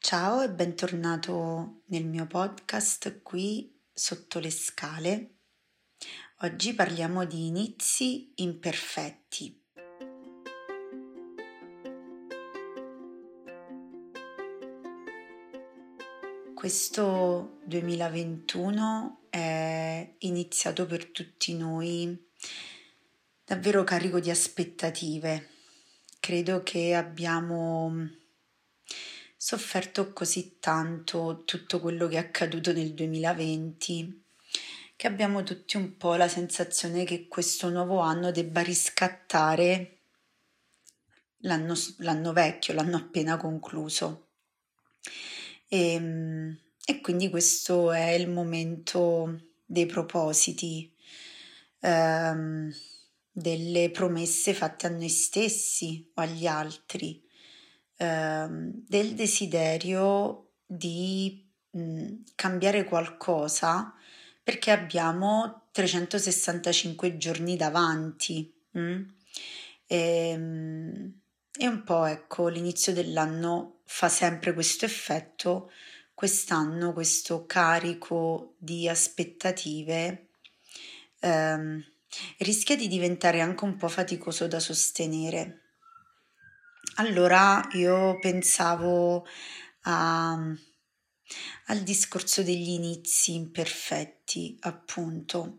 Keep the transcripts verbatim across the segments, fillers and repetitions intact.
Ciao e bentornato nel mio podcast qui sotto le scale. Oggi parliamo di inizi imperfetti. Questo duemilaventuno è iniziato per tutti noi davvero carico di aspettative. Credo che abbiamo sofferto così tanto tutto quello che è accaduto nel duemilaventi che abbiamo tutti un po' la sensazione che questo nuovo anno debba riscattare l'anno, l'anno vecchio, l'anno appena concluso. E, e quindi questo è il momento dei propositi, ehm, delle promesse fatte a noi stessi o agli altri, ehm, del desiderio di mh, cambiare qualcosa perché abbiamo trecentosessantacinque giorni davanti. Mh? E, e un po' ecco, l'inizio dell'anno fa sempre questo effetto, quest'anno questo carico di aspettative ehm, rischia di diventare anche un po' faticoso da sostenere. Allora io pensavo a, al discorso degli inizi imperfetti, appunto,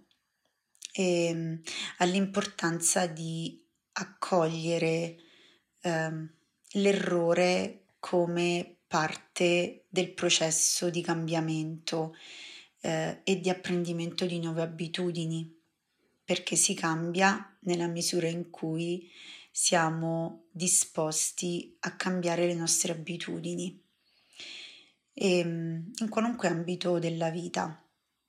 e all'importanza di accogliere ehm, l'errore come parte del processo di cambiamento eh, e di apprendimento di nuove abitudini, perché si cambia nella misura in cui siamo disposti a cambiare le nostre abitudini e, in qualunque ambito della vita.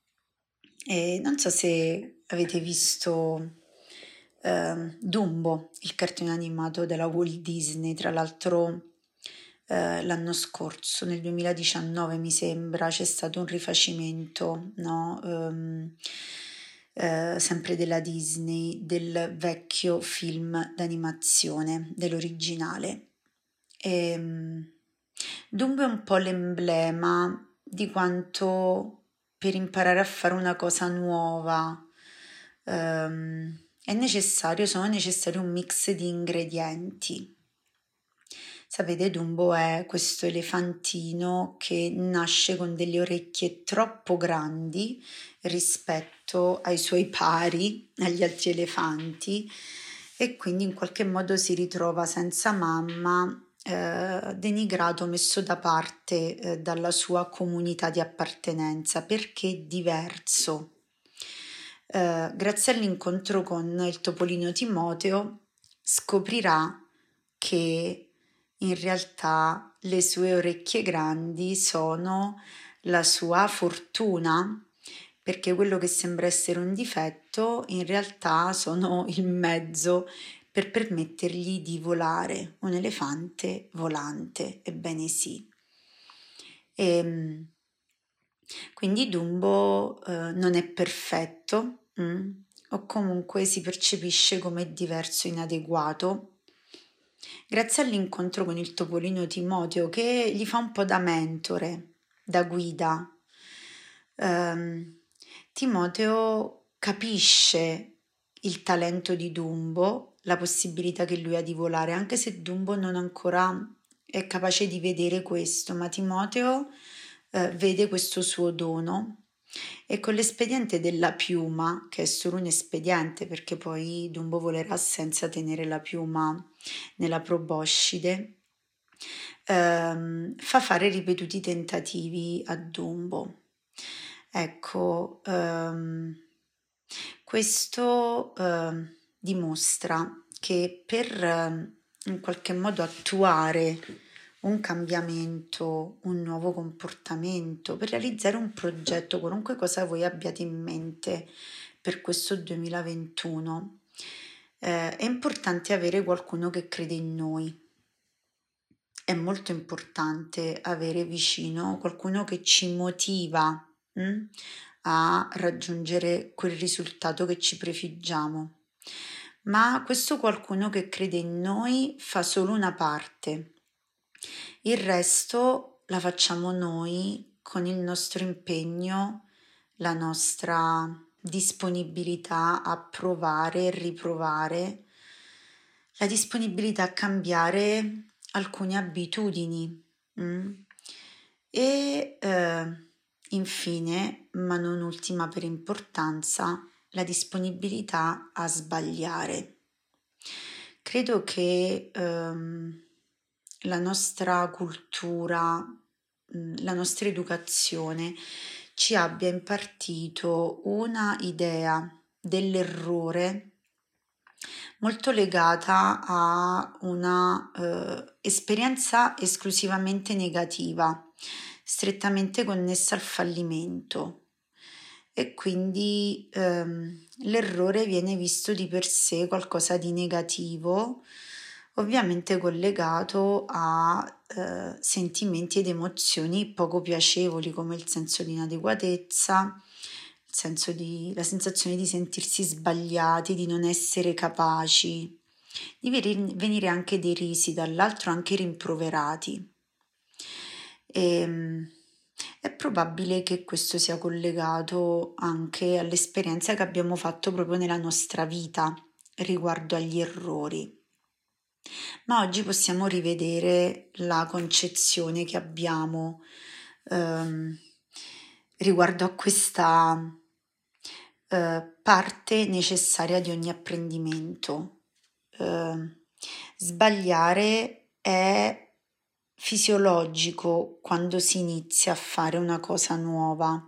E non so se avete visto eh, Dumbo, il cartone animato della Walt Disney, tra l'altro eh, l'anno scorso, nel duemiladiciannove mi sembra, c'è stato un rifacimento, no? Um, eh, sempre della Disney, del vecchio film d'animazione, dell'originale. E, um, Dumbo è un po' l'emblema di quanto per imparare a fare una cosa nuova ehm, è necessario, sono necessari un mix di ingredienti. Sapete, Dumbo è questo elefantino che nasce con delle orecchie troppo grandi rispetto ai suoi pari, agli altri elefanti, e quindi in qualche modo si ritrova senza mamma, eh, denigrato, messo da parte eh, dalla sua comunità di appartenenza perché è diverso. Eh, grazie all'incontro con il topolino Timoteo scoprirà che in realtà le sue orecchie grandi sono la sua fortuna, perché quello che sembra essere un difetto in realtà sono il mezzo per permettergli di volare, un elefante volante, ebbene sì. E, quindi Dumbo eh, non è perfetto, mm, o comunque si percepisce come diverso, inadeguato, grazie all'incontro con il topolino Timoteo che gli fa un po' da mentore, da guida. Um, Timoteo capisce il talento di Dumbo, la possibilità che lui ha di volare, anche se Dumbo non ancora è capace di vedere questo, ma Timoteo eh, vede questo suo dono e con l'espediente della piuma, che è solo un espediente perché poi Dumbo volerà senza tenere la piuma nella proboscide, ehm, fa fare ripetuti tentativi a Dumbo. Ecco, ehm, questo ehm, dimostra che per ehm, in qualche modo attuare un cambiamento, un nuovo comportamento, per realizzare un progetto, qualunque cosa voi abbiate in mente per questo duemilaventuno, eh, è importante avere qualcuno che crede in noi. È molto importante avere vicino qualcuno che ci motiva hm, a raggiungere quel risultato che ci prefiggiamo. Ma questo qualcuno che crede in noi fa solo una parte. Il resto la facciamo noi con il nostro impegno, la nostra disponibilità a provare e riprovare, la disponibilità a cambiare alcune abitudini. mm? E eh, infine, ma non ultima per importanza, la disponibilità a sbagliare. Credo che ehm, la nostra cultura, mh, la nostra educazione ci abbia impartito una idea dell'errore molto legata a una eh, esperienza esclusivamente negativa, strettamente connessa al fallimento. E quindi ehm, l'errore viene visto di per sé qualcosa di negativo, ovviamente collegato a eh, sentimenti ed emozioni poco piacevoli come il senso di inadeguatezza, il senso di, la sensazione di sentirsi sbagliati, di non essere capaci, di veri- venire anche derisi, dall'altro anche rimproverati. E, è probabile che questo sia collegato anche all'esperienza che abbiamo fatto proprio nella nostra vita riguardo agli errori. Ma oggi possiamo rivedere la concezione che abbiamo ehm, riguardo a questa eh, parte necessaria di ogni apprendimento. Eh, sbagliare è fisiologico quando si inizia a fare una cosa nuova.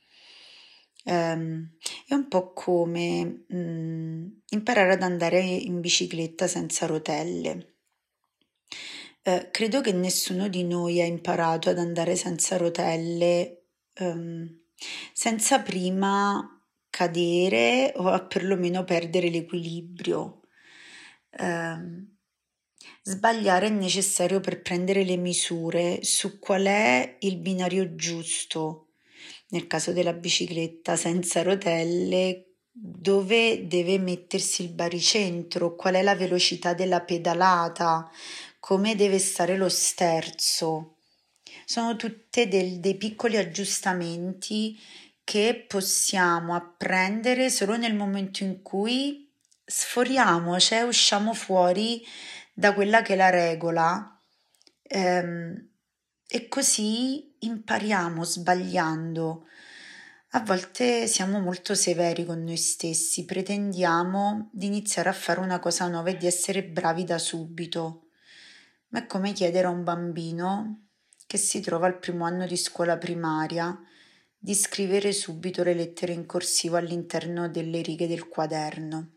Ehm, è un po' come mm, imparare ad andare in bicicletta senza rotelle. Eh, credo che nessuno di noi ha imparato ad andare senza rotelle, ehm, senza prima cadere o a perlomeno perdere l'equilibrio. Ehm, Sbagliare è necessario per prendere le misure su qual è il binario giusto, nel caso della bicicletta senza rotelle, dove deve mettersi il baricentro, qual è la velocità della pedalata, come deve stare lo sterzo. Sono tutte del- dei piccoli aggiustamenti che possiamo apprendere solo nel momento in cui sforiamo, cioè usciamo fuori da quella che è la regola, ehm, e così impariamo sbagliando. A volte siamo molto severi con noi stessi, pretendiamo di iniziare a fare una cosa nuova e di essere bravi da subito. Ma è come chiedere a un bambino che si trova al primo anno di scuola primaria di scrivere subito le lettere in corsivo all'interno delle righe del quaderno.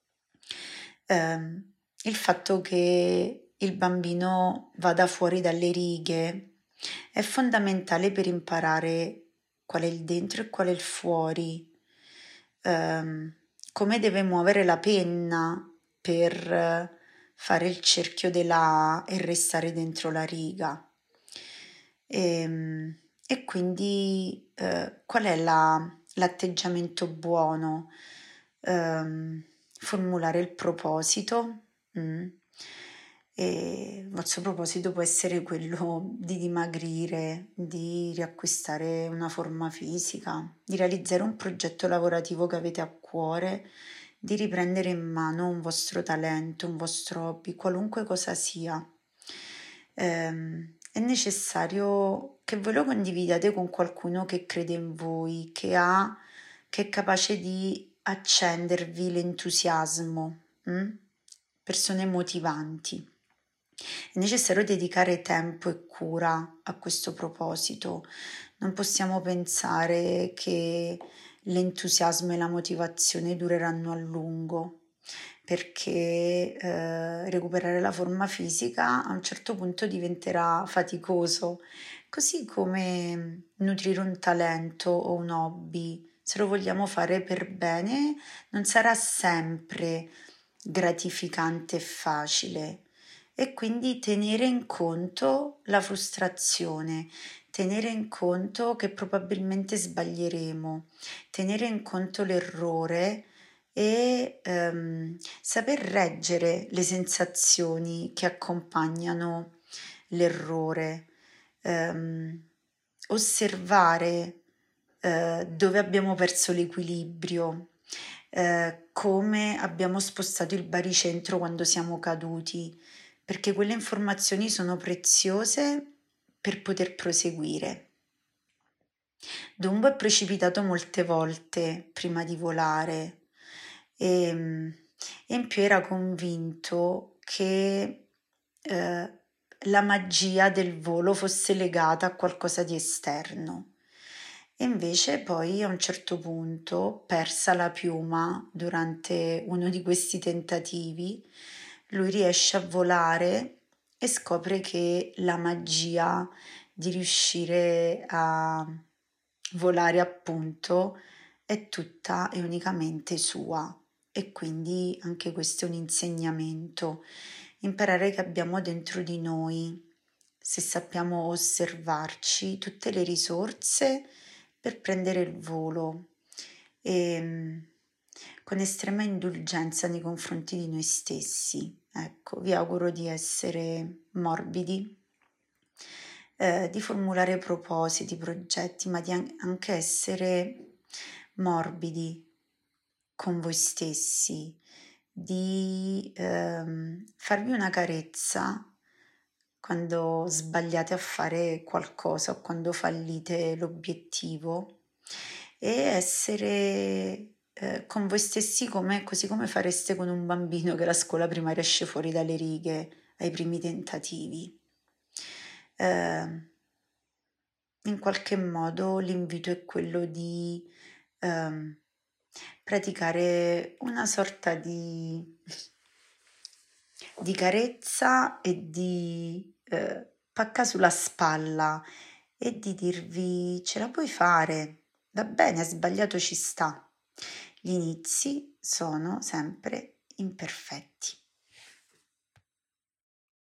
Ehm, il fatto che il bambino vada fuori dalle righe è fondamentale per imparare qual è il dentro e qual è il fuori, ehm, come deve muovere la penna per eh, fare il cerchio della A e restare dentro la riga. E, e quindi eh, qual è la- l'atteggiamento buono? Ehm, formulare il proposito. mm. E il vostro proposito può essere quello di dimagrire, di riacquistare una forma fisica, di realizzare un progetto lavorativo che avete a cuore, di riprendere in mano un vostro talento, un vostro hobby, qualunque cosa sia. Ehm, è necessario che voi lo condividiate con qualcuno che crede in voi, che ha, che è capace di accendervi l'entusiasmo, mm? Persone motivanti. È necessario dedicare tempo e cura a questo proposito. Non possiamo pensare che l'entusiasmo e la motivazione dureranno a lungo, perché eh, recuperare la forma fisica a un certo punto diventerà faticoso, così come nutrire un talento o un hobby. Se lo vogliamo fare per bene, non sarà sempre gratificante e facile. E quindi tenere in conto la frustrazione, tenere in conto che probabilmente sbaglieremo, tenere in conto l'errore e ehm, saper reggere le sensazioni che accompagnano l'errore. ehm, osservare eh, dove abbiamo perso l'equilibrio, eh, come abbiamo spostato il baricentro quando siamo caduti, perché quelle informazioni sono preziose per poter proseguire. Dumbo è precipitato molte volte prima di volare e, e in più era convinto che eh, la magia del volo fosse legata a qualcosa di esterno. E invece poi a un certo punto, persa la piuma durante uno di questi tentativi, lui riesce a volare e scopre che la magia di riuscire a volare appunto è tutta e unicamente sua. E quindi anche questo è un insegnamento, imparare che abbiamo dentro di noi, se sappiamo osservarci, tutte le risorse per prendere il volo e con estrema indulgenza nei confronti di noi stessi. Ecco, vi auguro di essere morbidi, eh, di formulare propositi, progetti, ma di an- anche essere morbidi con voi stessi, di ehm, farvi una carezza quando sbagliate a fare qualcosa o quando fallite l'obiettivo e essere eh, con voi stessi come, così come fareste con un bambino che la scuola primaria esce fuori dalle righe ai primi tentativi. Eh, in qualche modo l'invito è quello di ehm, praticare una sorta di, di carezza e di eh, pacca sulla spalla e di dirvi ce la puoi fare, va bene, hai sbagliato, ci sta. Gli inizi sono sempre imperfetti.